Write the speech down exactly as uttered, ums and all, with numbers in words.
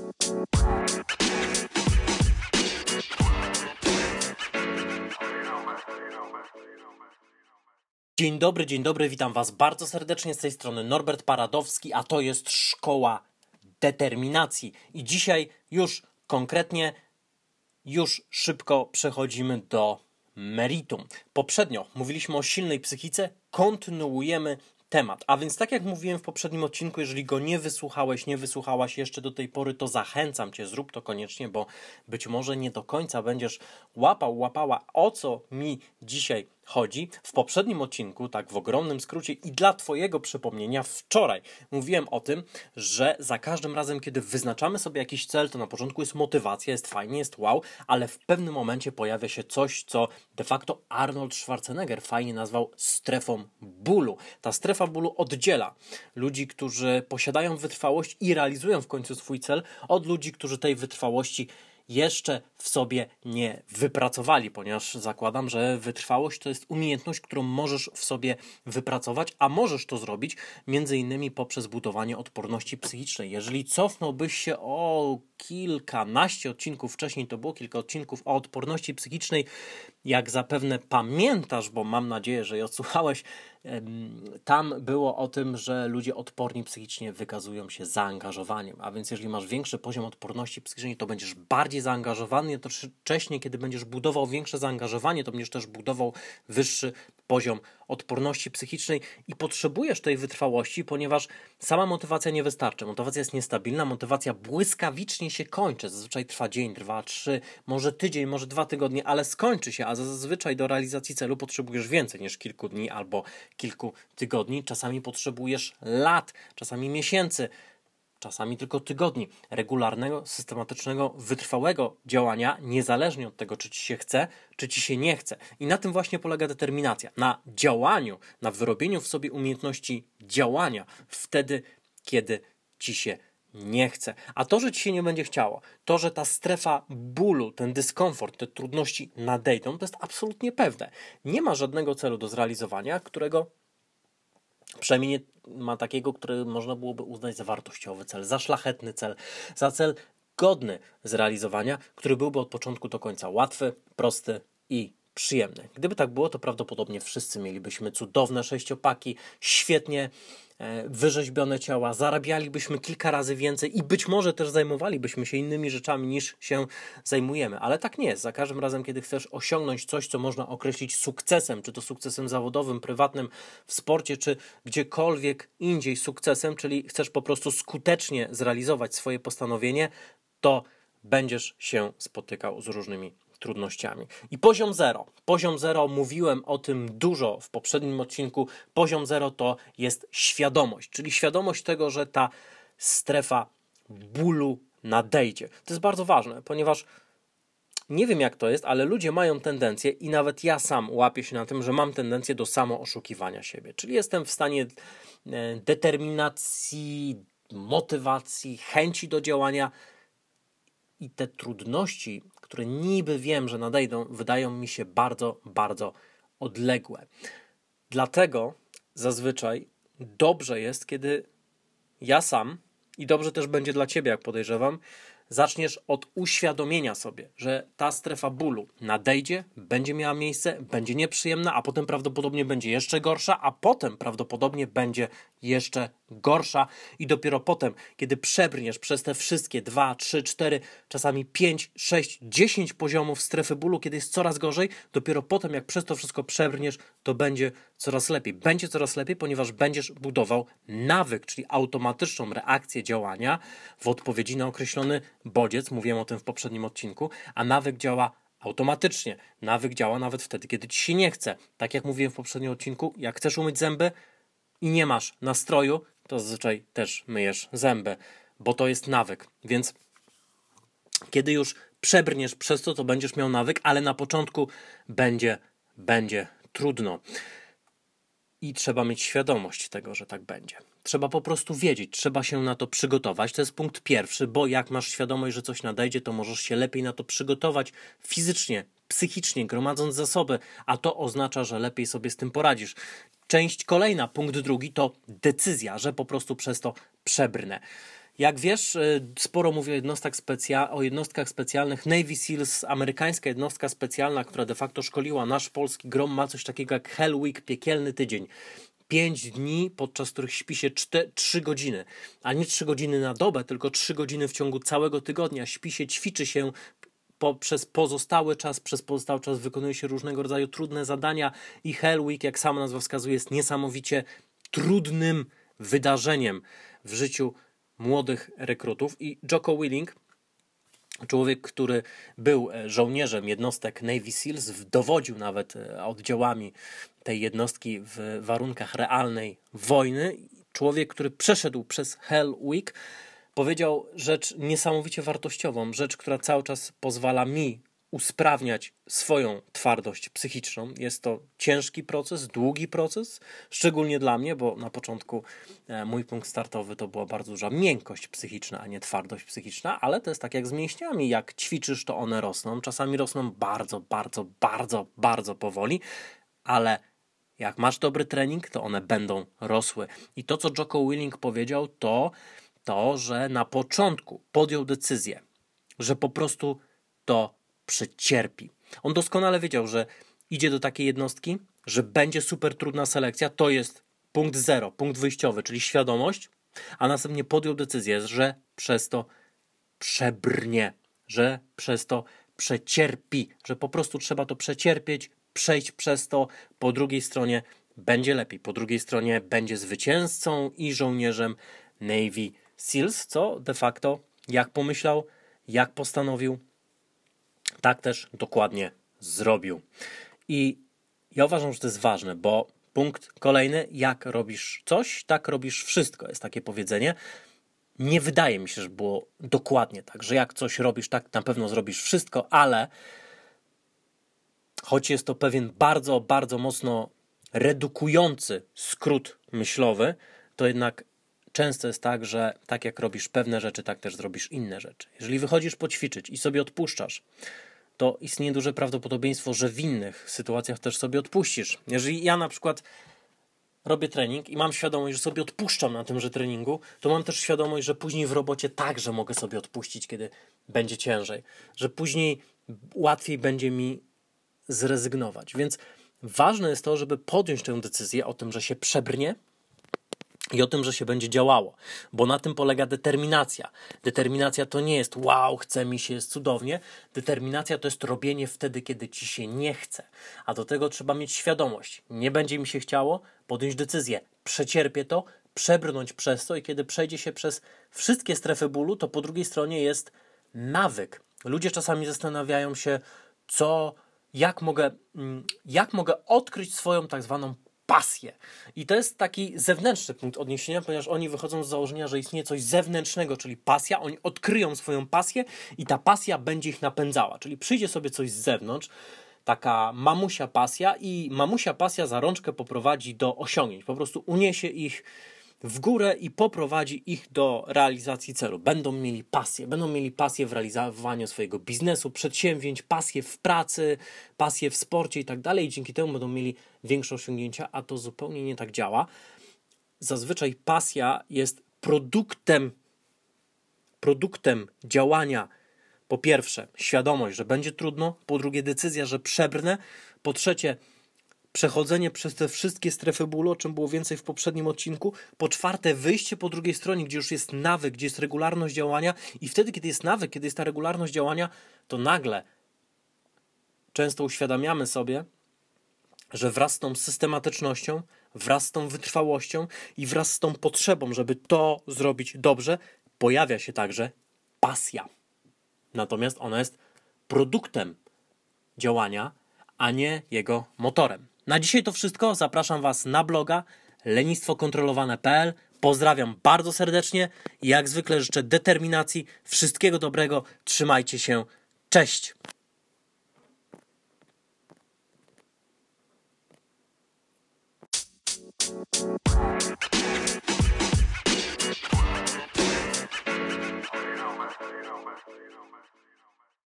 Dzień dobry, dzień dobry, witam Was bardzo serdecznie z tej strony Norbert Paradowski, a to jest Szkoła Determinacji. I dzisiaj już konkretnie, już szybko przechodzimy do meritum. Poprzednio mówiliśmy o silnej psychice, kontynuujemy temat. A więc tak jak mówiłem w poprzednim odcinku, jeżeli go nie wysłuchałeś, nie wysłuchałaś jeszcze do tej pory, to zachęcam Cię, zrób to koniecznie, bo być może nie do końca będziesz łapał, łapała, o co mi dzisiaj chodzi. W poprzednim odcinku, tak w ogromnym skrócie i dla Twojego przypomnienia, wczoraj mówiłem o tym, że za każdym razem, kiedy wyznaczamy sobie jakiś cel, to na początku jest motywacja, jest fajnie, jest wow, ale w pewnym momencie pojawia się coś, co de facto Arnold Schwarzenegger fajnie nazwał strefą bólu. Ta strefa bólu oddziela ludzi, którzy posiadają wytrwałość i realizują w końcu swój cel, od ludzi, którzy tej wytrwałości jeszcze w sobie nie wypracowali, ponieważ zakładam, że wytrwałość to jest umiejętność, którą możesz w sobie wypracować, a możesz to zrobić między innymi poprzez budowanie odporności psychicznej. Jeżeli cofnąłbyś się o kilkanaście odcinków wcześniej, to było kilka odcinków o odporności psychicznej, jak zapewne pamiętasz, bo mam nadzieję, że je odsłuchałeś, tam było o tym, że ludzie odporni psychicznie wykazują się zaangażowaniem, a więc jeżeli masz większy poziom odporności psychicznej, to będziesz bardziej zaangażowany, jednocześnie kiedy będziesz budował większe zaangażowanie, to będziesz też budował wyższy poziom odporności psychicznej i potrzebujesz tej wytrwałości, ponieważ sama motywacja nie wystarczy. Motywacja jest niestabilna, motywacja błyskawicznie się kończy. Zazwyczaj trwa dzień, dwa, trzy, może tydzień, może dwa tygodnie, ale skończy się, a zazwyczaj do realizacji celu potrzebujesz więcej niż kilku dni albo kilku tygodni. Czasami potrzebujesz lat, czasami miesięcy, czasami tylko tygodni regularnego, systematycznego, wytrwałego działania, niezależnie od tego, czy Ci się chce, czy Ci się nie chce. I na tym właśnie polega determinacja. Na działaniu, na wyrobieniu w sobie umiejętności działania wtedy, kiedy Ci się nie chce. A to, że Ci się nie będzie chciało, to, że ta strefa bólu, ten dyskomfort, te trudności nadejdą, to jest absolutnie pewne. Nie ma żadnego celu do zrealizowania, którego przynajmniej nie ma takiego, który można byłoby uznać za wartościowy cel, za szlachetny cel, za cel godny zrealizowania, który byłby od początku do końca łatwy, prosty i przyjemny. Gdyby tak było, to prawdopodobnie wszyscy mielibyśmy cudowne sześciopaki, świetnie e, wyrzeźbione ciała, zarabialibyśmy kilka razy więcej i być może też zajmowalibyśmy się innymi rzeczami niż się zajmujemy. Ale tak nie jest. Za każdym razem, kiedy chcesz osiągnąć coś, co można określić sukcesem, czy to sukcesem zawodowym, prywatnym, w sporcie, czy gdziekolwiek indziej sukcesem, czyli chcesz po prostu skutecznie zrealizować swoje postanowienie, to będziesz się spotykał z różnymi trudnościami. I poziom zero. Poziom zero, mówiłem o tym dużo w poprzednim odcinku. Poziom zero to jest świadomość, czyli świadomość tego, że ta strefa bólu nadejdzie. To jest bardzo ważne, ponieważ nie wiem jak to jest, ale ludzie mają tendencję i nawet ja sam łapię się na tym, że mam tendencję do samooszukiwania siebie. Czyli jestem w stanie determinacji, motywacji, chęci do działania i te trudności, które niby wiem, że nadejdą, wydają mi się bardzo, bardzo odległe. Dlatego zazwyczaj dobrze jest, kiedy ja sam, i dobrze też będzie dla Ciebie, jak podejrzewam, zaczniesz od uświadomienia sobie, że ta strefa bólu nadejdzie, będzie miała miejsce, będzie nieprzyjemna, a potem prawdopodobnie będzie jeszcze gorsza, a potem prawdopodobnie będzie jeszcze gorsza i dopiero potem, kiedy przebrniesz przez te wszystkie dwa, trzy, cztery, czasami pięć, sześć, dziesięć poziomów strefy bólu, kiedy jest coraz gorzej, dopiero potem, jak przez to wszystko przebrniesz, to będzie coraz lepiej. Będzie coraz lepiej, ponieważ będziesz budował nawyk, czyli automatyczną reakcję działania w odpowiedzi na określony bodziec. Mówiłem o tym w poprzednim odcinku, a nawyk działa automatycznie. Nawyk działa nawet wtedy, kiedy Ci się nie chce. Tak jak mówiłem w poprzednim odcinku, jak chcesz umyć zęby i nie masz nastroju, to zazwyczaj też myjesz zęby, bo to jest nawyk. Więc kiedy już przebrniesz przez to, to będziesz miał nawyk, ale na początku będzie, będzie trudno. I trzeba mieć świadomość tego, że tak będzie. Trzeba po prostu wiedzieć, trzeba się na to przygotować. To jest punkt pierwszy, bo jak masz świadomość, że coś nadejdzie, to możesz się lepiej na to przygotować fizycznie, psychicznie, gromadząc zasoby, a to oznacza, że lepiej sobie z tym poradzisz. Część kolejna, punkt drugi, to decyzja, że po prostu przez to przebrnę. Jak wiesz, sporo mówię o jednostkach, specja- o jednostkach specjalnych. Navy Seals, amerykańska jednostka specjalna, która de facto szkoliła nasz polski grom, ma coś takiego jak Hell Week, piekielny tydzień. Pięć dni, podczas których śpi się trzy godziny. A nie trzy godziny na dobę, tylko trzy godziny w ciągu całego tygodnia. Śpi się, ćwiczy się po, przez pozostały czas, przez pozostały czas wykonuje się różnego rodzaju trudne zadania i Hell Week, jak sama nazwa wskazuje, jest niesamowicie trudnym wydarzeniem w życiu młodych rekrutów. I Jocko Willing, człowiek, który był żołnierzem jednostek Navy Seals, dowodził nawet oddziałami tej jednostki w warunkach realnej wojny, człowiek, który przeszedł przez Hell Week, powiedział rzecz niesamowicie wartościową, rzecz, która cały czas pozwala mi usprawniać swoją twardość psychiczną. Jest to ciężki proces, długi proces, szczególnie dla mnie, bo na początku e, mój punkt startowy to była bardzo duża miękkość psychiczna, a nie twardość psychiczna, ale to jest tak jak z mięśniami. Jak ćwiczysz, to one rosną. Czasami rosną bardzo, bardzo, bardzo, bardzo powoli, ale jak masz dobry trening, to one będą rosły. I to, co Jocko Willing powiedział, to to, że na początku podjął decyzję, że po prostu to przecierpi. On doskonale wiedział, że idzie do takiej jednostki, że będzie super trudna selekcja, to jest punkt zero, punkt wyjściowy, czyli świadomość, a następnie podjął decyzję, że przez to przebrnie, że przez to przecierpi, że po prostu trzeba to przecierpieć, przejść przez to, po drugiej stronie będzie lepiej, po drugiej stronie będzie zwycięzcą i żołnierzem Navy Seals, co de facto jak pomyślał, jak postanowił, tak też dokładnie zrobił. I ja uważam, że to jest ważne, bo punkt kolejny, jak robisz coś, tak robisz wszystko. Jest takie powiedzenie. Nie wydaje mi się, że było dokładnie tak, że jak coś robisz, tak na pewno zrobisz wszystko, ale choć jest to pewien bardzo, bardzo mocno redukujący skrót myślowy, to jednak często jest tak, że tak jak robisz pewne rzeczy, tak też zrobisz inne rzeczy. Jeżeli wychodzisz poćwiczyć i sobie odpuszczasz, to istnieje duże prawdopodobieństwo, że w innych sytuacjach też sobie odpuścisz. Jeżeli ja na przykład robię trening i mam świadomość, że sobie odpuszczam na tymże treningu, to mam też świadomość, że później w robocie także mogę sobie odpuścić, kiedy będzie ciężej. Że później łatwiej będzie mi zrezygnować. Więc ważne jest to, żeby podjąć tę decyzję o tym, że się przebrnie i o tym, że się będzie działało, bo na tym polega determinacja. Determinacja to nie jest wow, chce mi się, jest cudownie. Determinacja to jest robienie wtedy, kiedy ci się nie chce. A do tego trzeba mieć świadomość. Nie będzie mi się chciało, podjąć decyzję. Przecierpię to, przebrnąć przez to i kiedy przejdzie się przez wszystkie strefy bólu, to po drugiej stronie jest nawyk. Ludzie czasami zastanawiają się, co, jak mogę, jak mogę odkryć swoją tak zwaną pasję. I to jest taki zewnętrzny punkt odniesienia, ponieważ oni wychodzą z założenia, że istnieje coś zewnętrznego, czyli pasja. Oni odkryją swoją pasję i ta pasja będzie ich napędzała. Czyli przyjdzie sobie coś z zewnątrz, taka mamusia pasja i mamusia pasja za rączkę poprowadzi do osiągnięć. Po prostu uniesie ich w górę i poprowadzi ich do realizacji celu. Będą mieli pasję. Będą mieli pasję w realizowaniu swojego biznesu, przedsięwzięć, pasję w pracy, pasję w sporcie i tak dalej. I dzięki temu będą mieli większe osiągnięcia, a to zupełnie nie tak działa. Zazwyczaj pasja jest produktem, produktem działania. Po pierwsze, świadomość, że będzie trudno. Po drugie, decyzja, że przebrnę. Po trzecie, przechodzenie przez te wszystkie strefy bólu, o czym było więcej w poprzednim odcinku. Po czwarte, wyjście po drugiej stronie, gdzie już jest nawyk, gdzie jest regularność działania i wtedy, kiedy jest nawyk, kiedy jest ta regularność działania, to nagle często uświadamiamy sobie, że wraz z tą systematycznością, wraz z tą wytrwałością i wraz z tą potrzebą, żeby to zrobić dobrze, pojawia się także pasja. Natomiast ona jest produktem działania, a nie jego motorem. Na dzisiaj to wszystko. Zapraszam Was na bloga lenistwo kontrolowane kropka p l. Pozdrawiam bardzo serdecznie i jak zwykle życzę determinacji, wszystkiego dobrego. Trzymajcie się. Cześć!